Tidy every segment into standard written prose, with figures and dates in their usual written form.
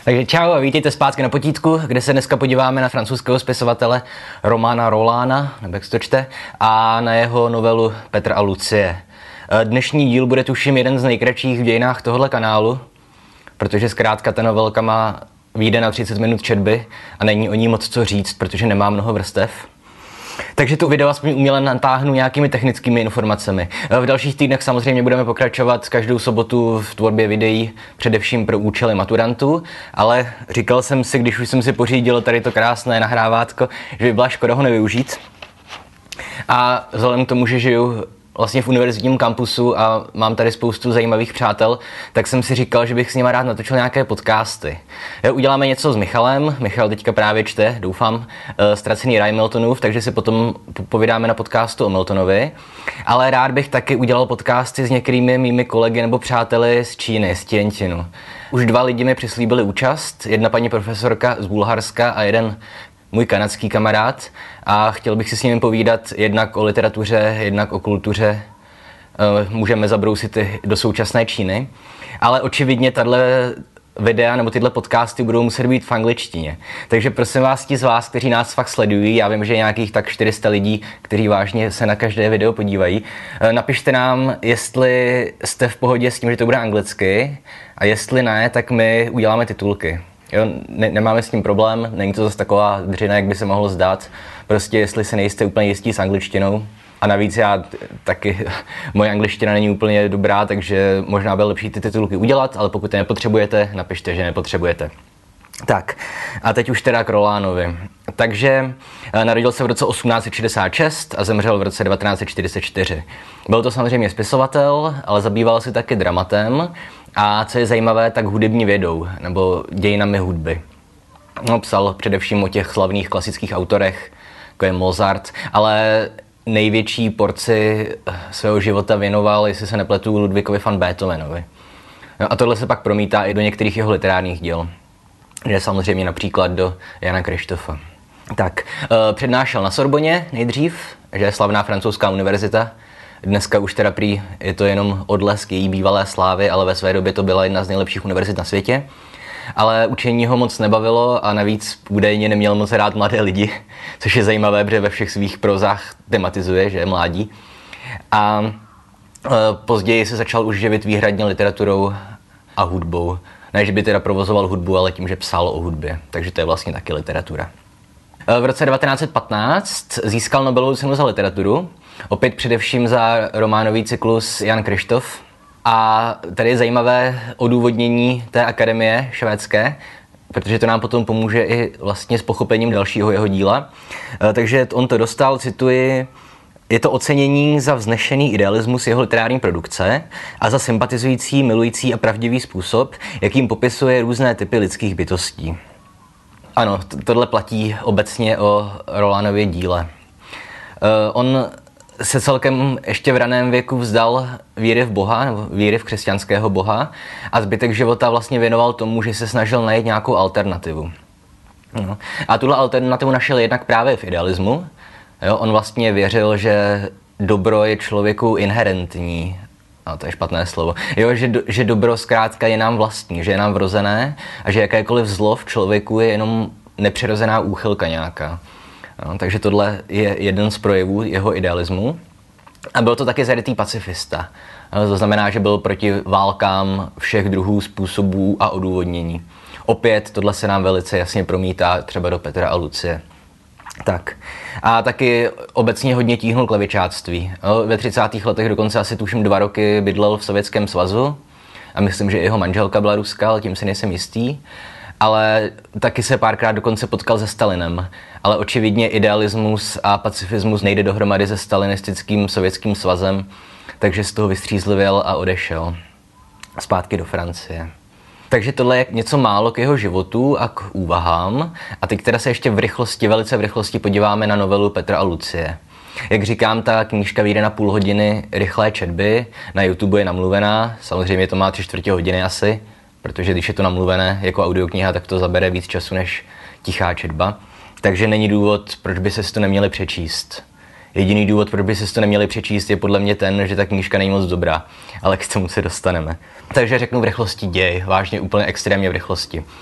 Takže čau a vítejte zpátky na Potítku, kde se dneska podíváme na francouzského spisovatele Romana Rolána, nebo jak se to čte, a na jeho novelu Petr a Lucie. Dnešní díl bude tuším jeden z nejkratších v dějinách tohohle kanálu, protože zkrátka ta novelka vyjde na 30 minut četby a není o ní moc co říct, protože nemá mnoho vrstev. Takže tu video aspoň uměle natáhnu nějakými technickými informacemi. V dalších týdnech samozřejmě budeme pokračovat každou sobotu v tvorbě videí, především pro účely maturantů, ale říkal jsem si, když už jsem si pořídil tady to krásné nahrávátko, že by byla škoda ho nevyužít. A vzhledem k tomu, že žiju vlastně v univerzitním kampusu a mám tady spoustu zajímavých přátel, tak jsem si říkal, že bych s nima rád natočil nějaké podcasty. Uděláme něco s Michalem, Michal teďka právě čte, doufám, Ztracený ráj Miltonův, takže si potom povídáme na podcastu o Miltonovi, ale rád bych taky udělal podcasty s některými mými kolegy nebo přáteli z Číny, z Tientinu. Už 2 lidi mi přislíbili účast, jedna paní profesorka z Bulharska a jeden můj kanadský kamarád, a chtěl bych si s ním povídat jednak o literatuře, jednak o kultuře. Můžeme zabrousit i do současné Číny, ale očividně tahle videa nebo tyhle podcasty budou muset být v angličtině. Takže prosím vás, ti z vás, kteří nás fakt sledují, já vím, že je nějakých tak 400 lidí, kteří vážně se na každé video podívají, napište nám, jestli jste v pohodě s tím, že to bude anglicky, a jestli ne, tak my uděláme titulky. Jo, nemáme s tím problém, není to zase taková dřina, jak by se mohlo zdát. Prostě jestli se nejste úplně jistí s angličtinou. A navíc já taky, moje angličtina není úplně dobrá, takže možná bylo lepší ty titulky udělat, ale pokud je nepotřebujete, napište, že nepotřebujete. Tak, a teď už teda k Rolánovi. Takže narodil se v roce 1866 a zemřel v roce 1944. Byl to samozřejmě spisovatel, ale zabýval se taky dramatem a co je zajímavé, tak hudební vědou, nebo dějinami hudby. No, psal především o těch slavných klasických autorech, jako je Mozart, ale největší porci svého života věnoval, jestli se nepletu, Ludwigovi van Beethovenovi. No, a tohle se pak promítá i do některých jeho literárních děl, že samozřejmě například do Jana Krištofa. Tak, přednášel na Sorboně nejdřív, že je slavná francouzská univerzita. Dneska už teda prý je to jenom odlesk její bývalé slávy, ale ve své době to byla jedna z nejlepších univerzit na světě. Ale učení ho moc nebavilo a navíc údajně neměl moc rád mladé lidi, což je zajímavé, protože ve všech svých prozách tematizuje, že je mládí. A později se začal už živit výhradně literaturou a hudbou. Ne, že by teda provozoval hudbu, ale tím, že psal o hudbě. Takže to je vlastně taky literatura. V roce 1915 získal Nobelovu cenu za literaturu, opět především za románový cyklus Jan Krištof. A tady je zajímavé odůvodnění té akademie švédské, protože to nám potom pomůže i vlastně s pochopením dalšího jeho díla. Takže on to dostal, cituji: je to ocenění za vznešený idealismus jeho literární produkce a za sympatizující, milující a pravdivý způsob, jakým popisuje různé typy lidských bytostí. Ano, tohle platí obecně o Rolánově díle. On se celkem ještě v raném věku vzdal víry v Boha, nebo víry v křesťanského Boha, a zbytek života vlastně věnoval tomu, že se snažil najít nějakou alternativu. No. A tuhle alternativu našel jednak právě v idealismu. Jo, on vlastně věřil, že dobro je člověku inherentní. No, to je špatné slovo. Jo, že dobro zkrátka je nám vlastní, že je nám vrozené a že jakékoliv zlo v člověku je jenom nepřirozená úchylka nějaká. No, takže tohle je jeden z projevů jeho idealismu. A byl to taky zarytý pacifista. No, to znamená, že byl proti válkám všech druhů, způsobů a odůvodnění. Opět tohle se nám velice jasně promítá třeba do Petra a Lucie. Tak. A taky obecně hodně tíhnul k levičáctví. Ve 30. letech dokonce asi tuším 2 roky bydlel v Sovětském svazu a myslím, že jeho manželka byla ruská, ale tím si nejsem jistý. Ale taky se párkrát dokonce potkal se Stalinem. Ale očividně idealismus a pacifismus nejde dohromady se stalinistickým Sovětským svazem, takže z toho vystřízlivěl a odešel zpátky do Francie. Takže tohle je něco málo k jeho životu a k úvahám. A teď teda se ještě velice v rychlosti podíváme na novelu Petra a Lucie. Jak říkám, ta knížka vyjde na půl hodiny rychlé četby, na YouTube je namluvená, samozřejmě to má 3/4 hodiny asi, protože když je to namluvené jako audiokniha, tak to zabere víc času než tichá četba. Takže není důvod, proč by se to neměli přečíst. Jediný důvod, proč by se to neměli přečíst, je podle mě ten, že ta knížka není moc dobrá, ale k tomu se dostaneme. Takže řeknu v rychlosti děj, vážně úplně extrémně v rychlosti.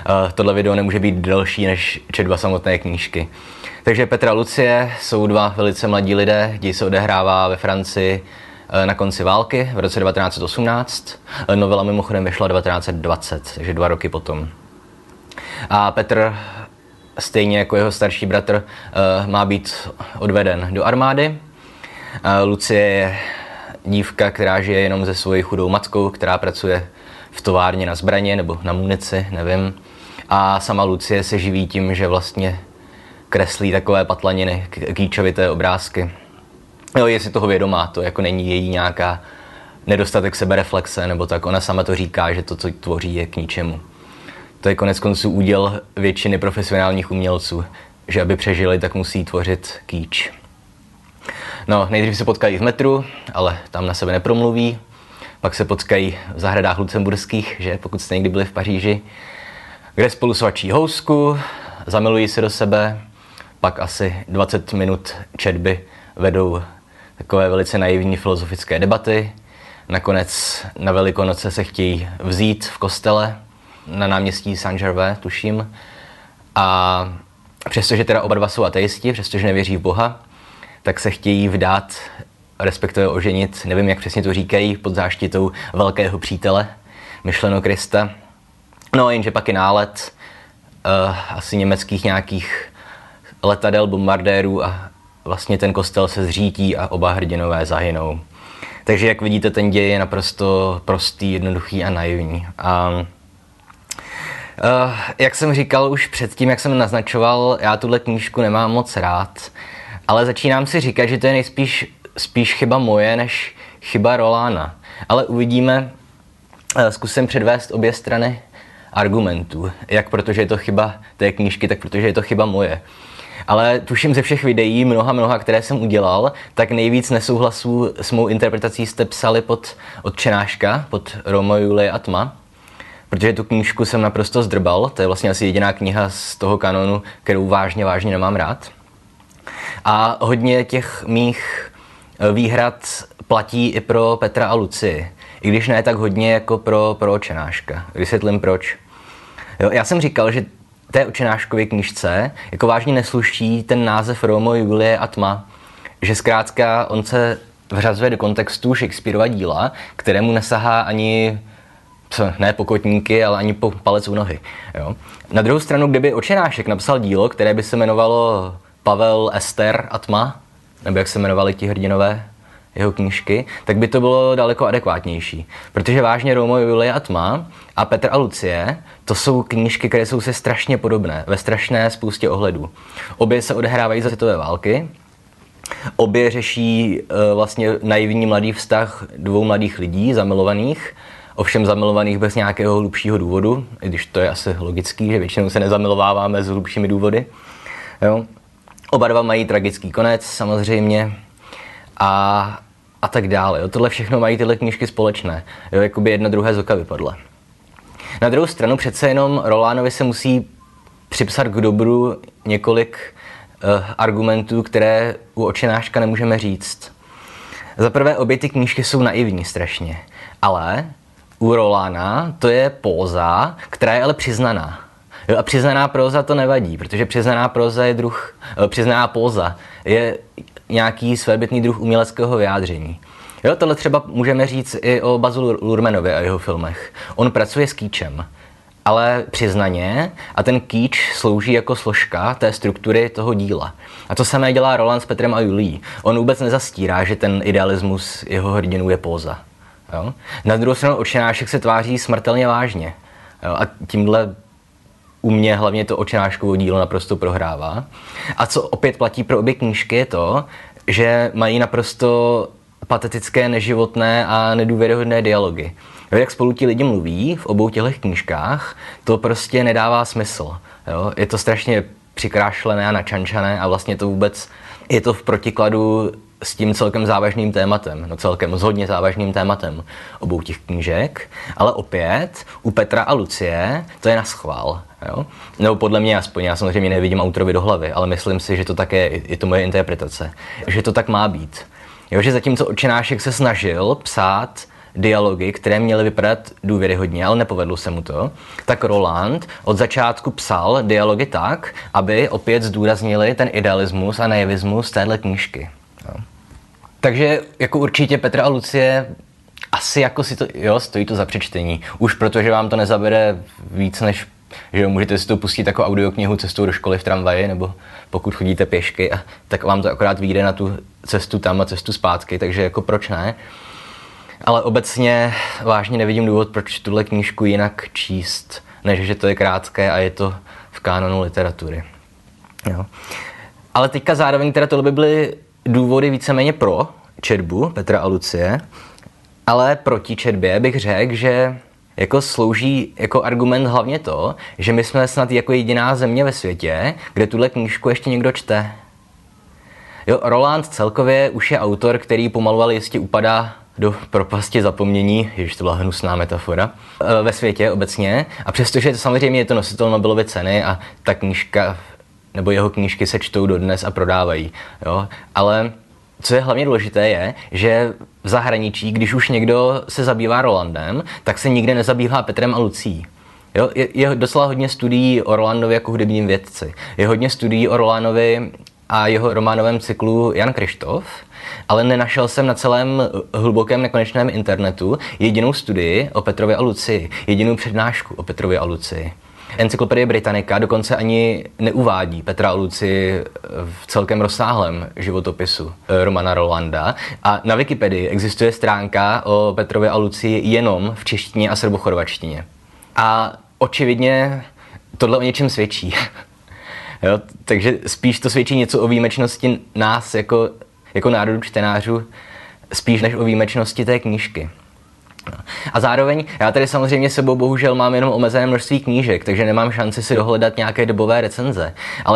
Tohle video nemůže být delší než četba samotné knížky. Takže Petr a Lucie jsou dva velice mladí lidé, děj se odehrává ve Francii na konci války v roce 1918. Novela mimochodem vyšla 1920, takže 2 roky potom. A Petr, stejně jako jeho starší bratr, má být odveden do armády. Lucie je dívka, která žije jenom se svojí chudou matkou, která pracuje v továrně na zbraně nebo na munici, nevím. A sama Lucie se živí tím, že vlastně kreslí takové patlaniny, kýčovité obrázky. Jo, je si toho vědomá, to jako není její nějaká nedostatek sebereflexe, nebo tak. Ona sama to říká, že to, co tvoří, je k ničemu. To je konec konců úděl většiny profesionálních umělců, že aby přežili, tak musí tvořit kýč. No, nejdřív se potkají v metru, ale tam na sebe nepromluví. Pak se potkají v zahradách lucemburských, že, pokud jste někdy byli v Paříži, kde spolu svačí housku, zamilují se do sebe, pak asi 20 minut četby vedou takové velice naivní filozofické debaty. Nakonec na Velikonoce se chtějí vzít v kostele na náměstí Saint-Gervais, tuším. A přestože teda oba dva jsou ateisti, přestože nevěří v Boha, tak se chtějí vdát, respektive oženit, nevím, jak přesně to říkají, pod záštitou velkého přítele, myšleno Krista. No, jenže pak je nálet asi německých nějakých letadel, bombardérů a vlastně ten kostel se zřítí a oba hrdinové zahynou. Takže jak vidíte, ten děj je naprosto prostý, jednoduchý a naivní. Jak jsem říkal už předtím, jak jsem naznačoval, já tuhle knížku nemám moc rád, ale začínám si říkat, že to je spíš chyba moje, než chyba Rolána. Ale uvidíme, zkusím předvést obě strany argumentů. Jak protože je to chyba té knížky, tak protože je to chyba moje. Ale tuším ze všech videí, mnoha, které jsem udělal, tak nejvíc nesouhlasů s mou interpretací jste psali pod Otčenáška, pod Romeo, Julie a tma. Protože tu knížku jsem naprosto zdrbal, to je vlastně asi jediná kniha z toho kanonu, kterou vážně nemám rád. A hodně těch mých výhrad platí i pro Petra a Lucii. I když ne tak hodně jako pro Otčenáška. Vysvětlím proč. Jo, já jsem říkal, že té Otčenáškově knížce jako vážně nesluší ten název Romeo, Julie a tma. Že zkrátka on se vřazuje do kontextu Shakespearova díla, kterému nesahá ani ne pokotníky, ale ani po palec u nohy. Jo. Na druhou stranu, kdyby Otčenášek napsal dílo, které by se jmenovalo Pavel, Ester a tma, nebo jak se jmenovali ti hrdinové jeho knížky, tak by to bylo daleko adekvátnější. Protože vážně Romeo, Julie a tma a Petr a Lucie, to jsou knížky, které jsou se strašně podobné, ve strašné spoustě ohledů. Obě se odehrávají za světové války, obě řeší vlastně naivní mladý vztah dvou mladých lidí, zamilovaných, ovšem zamilovaných bez nějakého hlubšího důvodu, i když to je asi logický, že většinou se nezamilováváme s hlubšími důvody. Jo. Oba dva mají tragický konec, samozřejmě, a tak dále. Jo. Tohle všechno mají tyhle knížky společné. Jo, jakoby jedna druhé z oka vypadla. Na druhou stranu přece jenom Rolánovi se musí připsat k dobru několik argumentů, které u Otčenáška nemůžeme říct. Za prvé, obě ty knížky jsou naivní strašně, ale u Rolána to je póza, která je ale přiznaná. Jo, a přiznaná próza to nevadí, protože přiznaná póza je nějaký svébytný druh uměleckého vyjádření. Jo, tohle třeba můžeme říct i o Bazu Luhrmannovi a jeho filmech. On pracuje s kýčem, ale přiznaně, a ten kýč slouží jako složka té struktury toho díla. A to samé dělá Roland s Petrem a Julií. On vůbec nezastírá, že ten idealismus jeho hrdinů je póza. Jo? Na druhou stranu Otčenášek se tváří smrtelně vážně. Jo? A tímhle u mě hlavně to Otčenáškovo dílo naprosto prohrává. A co opět platí pro obě knížky je to, že mají naprosto patetické, neživotné a nedůvěryhodné dialogy. Jo, jak spolu ti lidi mluví v obou těchto knížkách, to prostě nedává smysl. Jo? Je to strašně přikrášlené a načančané a vlastně to vůbec je to v protikladu s tím celkem závažným tématem, s hodně závažným tématem obou těch knížek, ale opět u Petra a Lucie to je naschvál. Jo? Nebo podle mě aspoň, já samozřejmě nevidím autorovi do hlavy, ale myslím si, že to také je to moje interpretace, že to tak má být. Jo, že zatímco Otčenášek se snažil psát dialogy, které měly vypadat důvěryhodně, ale nepovedlo se mu to, tak Roland od začátku psal dialogy tak, aby opět zdůraznili ten idealismus a naivismus téhle knížky. Jo. Takže jako určitě Petr a Lucie asi jako si to, jo, stojí to za přečtení. Už protože vám to nezabere víc než, že můžete si to pustit jako audioknihu cestou do školy v tramvaji, nebo pokud chodíte pěšky, tak vám to akorát vyjde na tu cestu tam a cestu zpátky, takže jako proč ne? Ale obecně vážně nevidím důvod, proč tuhle knížku jinak číst, než že to je krátké a je to v kánonu literatury. Jo. Ale teďka zároveň teda tohle by byly důvody víceméně pro četbu Petra a Lucie, ale proti četbě bych řekl, že jako slouží jako argument hlavně to, že my jsme snad jako jediná země ve světě, kde tuhle knížku ještě někdo čte. Jo, Roland celkově už je autor, který pomalu ale jistě upadá do propasti zapomnění, ježiš, to byla hnusná metafora, ve světě obecně. A přestože samozřejmě je to nositel Nobelovy ceny a ta knížka, nebo jeho knížky se čtou dodnes a prodávají. Jo? Ale co je hlavně důležité je, že v zahraničí, když už někdo se zabývá Rolandem, tak se nikde nezabývá Petrem a Lucí. Jo? Je docela hodně studií o Rolandovi jako hudebním vědci. Je hodně studií o Rolandovi a jeho románovém cyklu Jan Kryštof, ale nenašel jsem na celém hlubokém nekonečném internetu jedinou studii o Petrovi a Lucii, jedinou přednášku o Petrovi a Lucii. Encyklopedie Britannica dokonce ani neuvádí Petra a Lucii v celkem rozsáhlém životopisu Romana Rolanda a na Wikipedii existuje stránka o Petrovi a Lucii jenom v češtině a srbochorvačtině. A očividně tohle o něčem svědčí. Jo, takže spíš to svědčí něco o výjimečnosti nás jako národu čtenářů, spíš než o výjimečnosti té knížky. A zároveň, já tady samozřejmě sebou bohužel mám jenom omezené množství knížek, takže nemám šanci si dohledat nějaké dobové recenze. Ale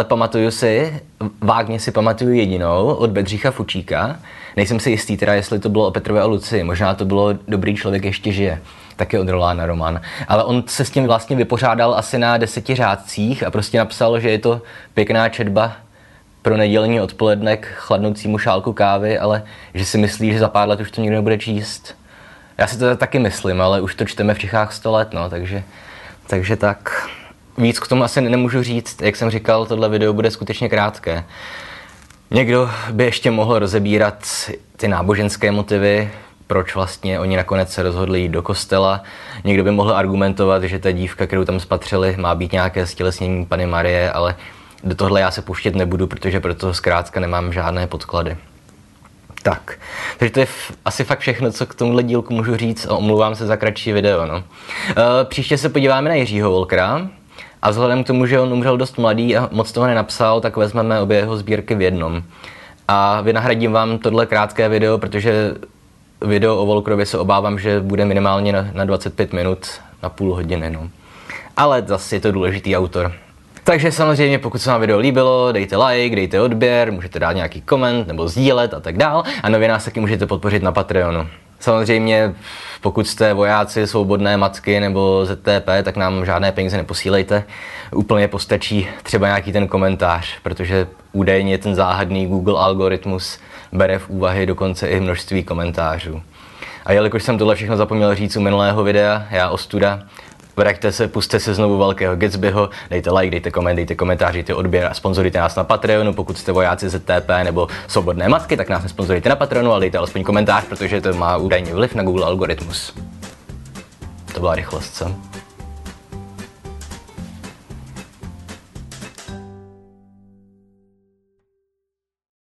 vágně si pamatuju jedinou od Bedřicha Fučíka. Nejsem si jistý teda, jestli to bylo o Petrovi a Lucii, možná to bylo Dobrý člověk ještě žije, taky od Rolána román. Ale on se s tím vlastně vypořádal asi na 10 řádcích a prostě napsal, že je to pěkná četba pro nedělní odpoledne k chladnoucímu šálku kávy, ale že si myslí, že za pár let už to nikdo nebude číst. Já si to taky myslím, ale už to čteme v Čechách 100 let, no, takže tak. Víc k tomu asi nemůžu říct, jak jsem říkal, tohle video bude skutečně krátké. Někdo by ještě mohl rozebírat ty náboženské motivy, proč vlastně oni nakonec se rozhodli jít do kostela. Někdo by mohl argumentovat, že ta dívka, kterou tam spatřili, má být nějaké stělesnění Panny Marie, ale do tohle já se pouštět nebudu, protože proto zkrátka nemám žádné podklady. Tak, takže to je asi fakt všechno, co k tomuhle dílku můžu říct a omlouvám se za kratší video. No. Příště se podíváme na Jiřího Wolkera a vzhledem k tomu, že on umřel dost mladý a moc toho nenapsal, tak vezmeme obě jeho sbírky v jednom. A vynahradím vám tohle krátké video, protože video o Wolkerovi se obávám, že bude minimálně na 25 minut, na půl hodiny. No. Ale zase je to důležitý autor. Takže samozřejmě, pokud se vám video líbilo, dejte like, dejte odběr, můžete dát nějaký koment nebo sdílet a tak dál. A nově nás taky můžete podpořit na Patreonu. Samozřejmě, pokud jste vojáci, svobodné matky nebo ZTP, tak nám žádné peníze neposílejte. Úplně postačí třeba nějaký ten komentář, protože údajně ten záhadný Google algoritmus bere v úvahy dokonce i množství komentářů. A jelikož jsem tohle všechno zapomněl říct u minulého videa, já ostuda, vraťte se, pusťte se znovu Velkého Gatsbyho, dejte like, dejte koment, dejte komentář, dejte odběr a sponzorujte nás na Patreonu. Pokud jste vojáci ZTP nebo svobodné matky, tak nás nesponzorujte na Patreonu, ale dejte alespoň komentář, protože to má údajně vliv na Google algoritmus. To byla rychlost, co?